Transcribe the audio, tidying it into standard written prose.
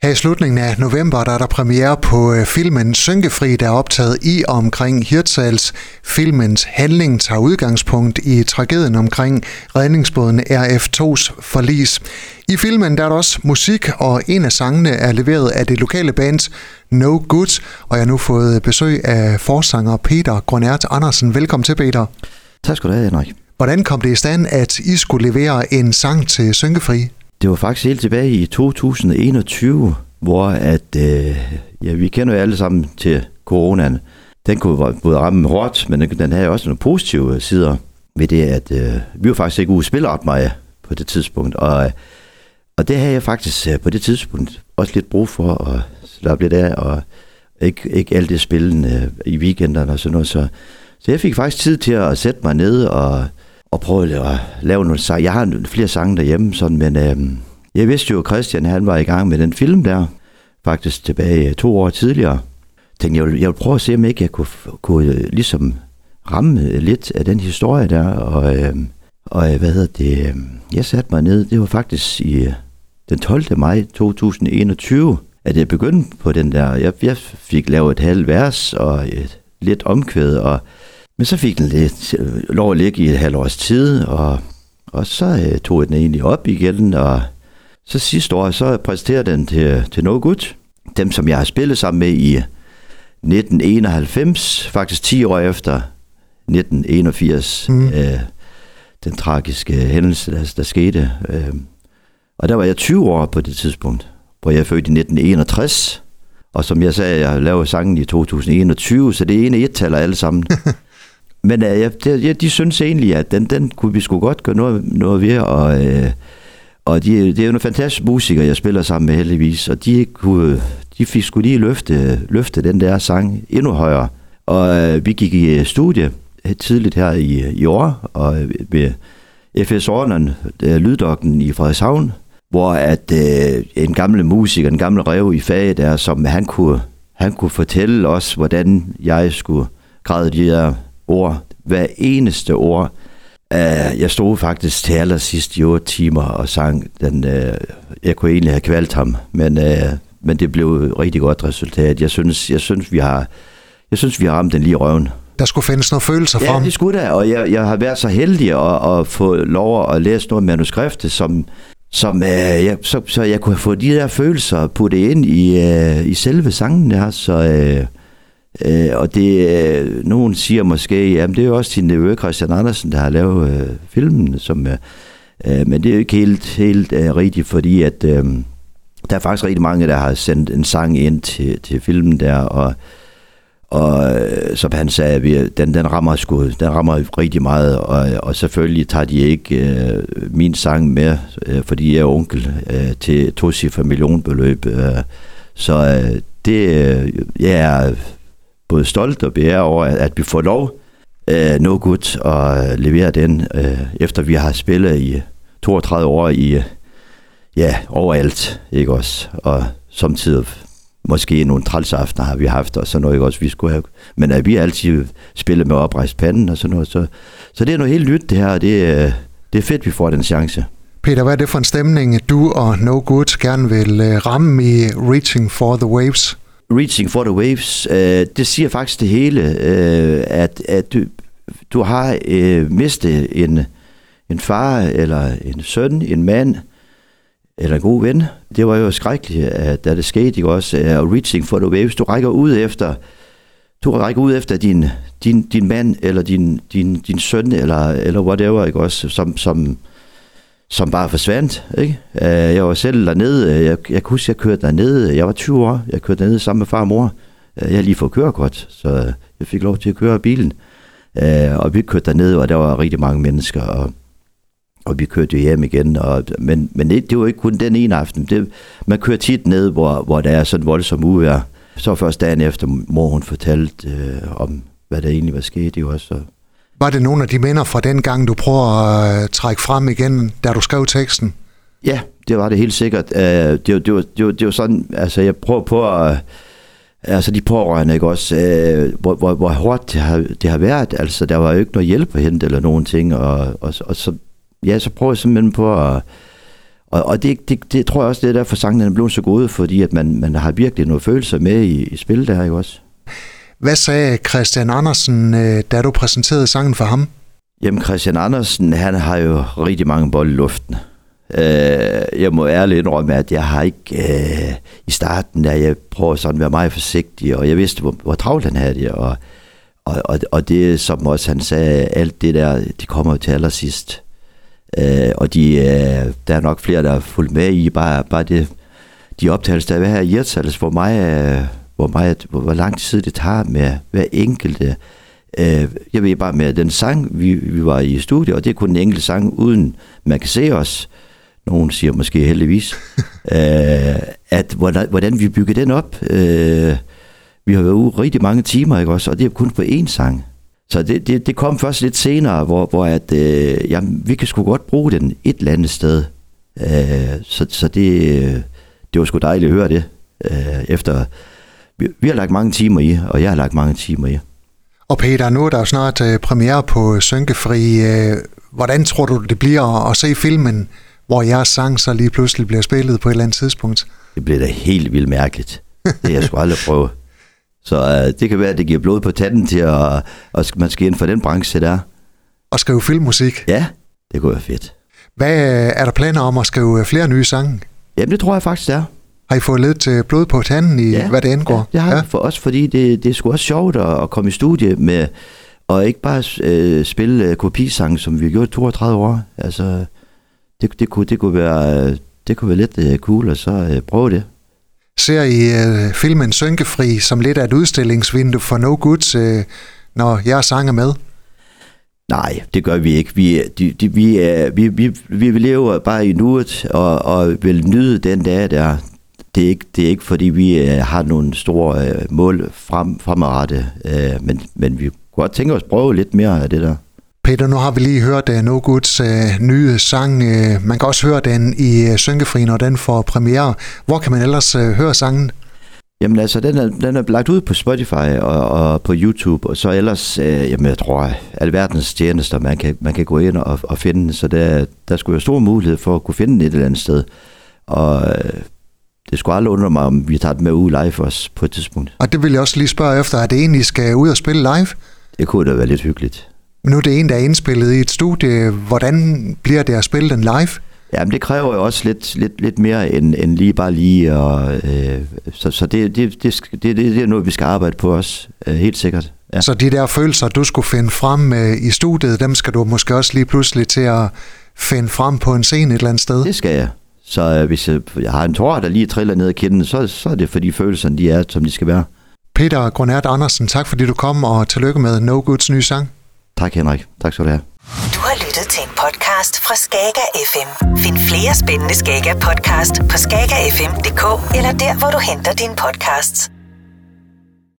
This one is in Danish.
Her i slutningen af november, der er der premiere på filmen Synkefri, der er optaget i og omkring Hirtshals. Filmens handling tager udgangspunkt i tragedien omkring redningsbåden RF2's forlis. I filmen der er der også musik, og en af sangene er leveret af det lokale band No Good, og jeg har nu fået besøg af forsanger Peter Grønert Andersen. Velkommen til, Peter. Tak skal du have, Henrik. Hvordan kom det i stand, at I skulle levere en sang til Synkefri? Det var faktisk helt tilbage i 2021, hvor vi kender jo alle sammen til coronaen. Den kunne både ramme hårdt, men den havde også nogle positive sider ved det, at vi var faktisk ikke ude at spille ret meget på det tidspunkt. Og det havde jeg faktisk på det tidspunkt også lidt brug for at slappe lidt af, og ikke alt det spillende i weekenderne og sådan noget. Så jeg fik faktisk tid til at sætte mig ned og prøve at lave nogle sange. Jeg har flere sange derhjemme, sådan, men jeg vidste jo, at Christian han var i gang med den film der, faktisk tilbage 2 år tidligere. Tænkte, jeg ville prøve at se, om ikke jeg kunne ligesom ramme lidt af den historie der, og jeg satte mig ned. Det var faktisk i den 12. maj 2021, at jeg begyndte på den der. Jeg fik lavet et halvt vers og et lidt omkvæd, men så fik den lidt lov at ligge i et halvt års tid, og så tog jeg den egentlig op igen, og så sidste år, så præsenterede den til No Good, dem som jeg har spillet sammen med i 1991, faktisk 10 år efter 1981, den tragiske hændelse, der skete. Og der var jeg 20 år på det tidspunkt, hvor jeg er født i 1961, og som jeg sagde, jeg lavede sangen i 2021, så det er en af et-taller alle sammen. Men de synes egentlig, at den kunne vi sgu godt gøre noget ved, og det er jo nogle fantastiske musikere, jeg spiller sammen med heldigvis, og de fik sgu lige løfte den der sang endnu højere. Og vi gik i studie tidligt her i år, og ved FS Ordneren, Lyddokken i Frederikshavn, hvor at en gammel musiker, en gammel rev i faget der, som han kunne fortælle os, hvordan jeg skulle græde de der ord, hver eneste ord. Jeg stod faktisk til allersidst i 8 timer og sang den. Jeg kunne egentlig have kvalt ham, men det blev et rigtig godt resultat. Jeg synes vi har ramt den lige i røven. Der skulle findes nogle følelser for ham. Ja, det skulle der, og jeg har været så heldig at få lov at læse noget manuskript, så jeg kunne få de der følelser puttet ind i selve sangen der, og det nogen siger måske, jamen det er jo også din nevø Christian Andersen, der har lavet filmen, men det er jo ikke helt rigtigt, fordi at der er faktisk rigtig mange, der har sendt en sang ind til filmen der, og som han sagde, den rammer rigtig meget, og selvfølgelig tager de ikke min sang med, fordi jeg er onkel til 2-cifret millionbeløb, så jeg er både stolt og beæret over, at vi får lov No Good at levere den, efter vi har spillet i 32 år i overalt, ikke også, og samtidig måske nogle trælsaftener har vi haft, og sådan noget, ikke også, vi skulle have, men vi har altid spillet med oprejst panden og sådan noget, så det er noget helt nyt det her, og det er fedt, vi får den chance. Peter, hvad er det for en stemning, du og No Good gerne vil ramme i Reaching for the Waves? Reaching for the Waves, det siger faktisk det hele, at du har mistet en far, eller en søn, en mand, eller en god ven. Det var jo skrækkeligt, da det skete, ikke også? Reaching for the Waves, du rækker ud efter din mand, eller din søn, eller whatever, ikke også, som bare forsvandt, ikke? Jeg var selv dernede, jeg kan huske, jeg kørte dernede, jeg var 20 år, jeg kørte dernede sammen med far og mor. Jeg havde lige fået kørekort, så jeg fik lov til at køre bilen. Og vi kørte dernede, og der var rigtig mange mennesker, og vi kørte jo hjem igen. Men det var ikke kun den ene aften. Man kører tit ned, hvor der er sådan voldsom uvejr. Så først dagen efter, mor hun fortalte om, hvad der egentlig var sket. Var det nogle af de minder fra den gang, du prøver at trække frem igen, da du skrev teksten? Ja, det var det helt sikkert. Det var sådan, altså jeg prøver på at, altså de pårørende, ikke også, hvor hårdt det har været. Altså der var jo ikke noget hjælp at hente eller nogen ting, og så prøver jeg simpelthen på Og det tror jeg også, det er derfor sangen er blevet så god, fordi at man har virkelig nogle følelser med i spil der, ikke også? Hvad sagde Christian Andersen, da du præsenterede sangen for ham? Jamen Christian Andersen, han har jo rigtig mange bolde i luften. Jeg må ærligt indrømme, at jeg har ikke i starten, da jeg prøver sådan at være meget forsigtig, og jeg vidste, hvor travlt han havde det, og det, som også han sagde, alt det der, det kommer jo til allersidst. Og der er nok flere, der har fulgt med i, bare det, de optagelser, der er her i Hirtshals, hvor lang tid det tager med hver enkelte. Jeg ved bare med den sang, vi var i studiet, og det er kun en enkelt sang, uden man kan se os. Nogen siger måske heldigvis, at hvordan vi bygger den op. Vi har været ude rigtig mange timer, ikke også? Og det er kun på én sang. Så det kom først lidt senere, hvor at, jamen, vi kan sgu godt bruge den et eller andet sted. Så det var sgu dejligt at høre det. Efter vi har lagt mange timer i, og jeg har lagt mange timer i. Og Peter, nu er der jo snart premiere på Synkefri. Hvordan tror du, det bliver at se filmen, hvor jeres sang så lige pludselig bliver spillet på et eller andet tidspunkt? Det bliver da helt vildt mærkeligt. Det har jeg sgu aldrig prøve. Så det kan være, at det giver blod på tanden til, at man skal ind for den branche der. Og skrive filmmusik? Ja, det kunne være fedt. Hvad er der planer om at skrive flere nye sange? Jamen, det tror jeg faktisk, det er. Har I fået lidt blod på tanden i, hvad det angår? Ja, det har vi for os, fordi det er sgu også sjovt at komme i studie med, og ikke bare spille kopisange, som vi har gjort 32 år. Altså, det kunne være lidt cool, og så prøve det. Ser I filmen Synkefri som lidt af et udstillingsvindue for No Goods, når jeres sang er med? Nej, det gør vi ikke. Vi vil leve bare i nuet og vil nyde den dag der. Det er ikke fordi vi har nogle store mål fremadrettet, men vi kunne godt tænke os at prøve lidt mere af det der. Peter, nu har vi lige hørt No Goods nye sang. Man kan også høre den i Synkefri, når den får premiere. Hvor kan man ellers høre sangen? Jamen altså, den er lagt ud på Spotify og på YouTube, og så ellers, jeg tror, alverdens tjenester, man kan gå ind og finde, så der skulle være stor mulighed for at kunne finde den et eller andet sted. Og det skulle aldrig undre mig, om vi tager den med ud live også på et tidspunkt. Og det vil jeg også lige spørge efter, at det egentlig skal ud og spille live? Det kunne da være lidt hyggeligt. Men nu er det en, der er indspillet i et studie. Hvordan bliver det at spille den live? Jamen, det kræver jo også lidt mere end lige. Og, så det er noget, vi skal arbejde på også, helt sikkert. Ja. Så de der følelser, du skulle finde frem i studiet, dem skal du måske også lige pludselig til at finde frem på en scene et eller andet sted? Det skal jeg. Så hvis jeg har en tår, der lige triller ned ad kinden, så er det fordi følelserne, de er, som de skal være. Peter Grønert Andersen, tak fordi du kom, og tillykke med No Goods nye sang. Tak Henrik. Tak skal du have. Du har lyttet til en podcast fra Skager FM. Find flere spændende Skager podcast på skagerfm.dk eller der, hvor du henter dine podcasts.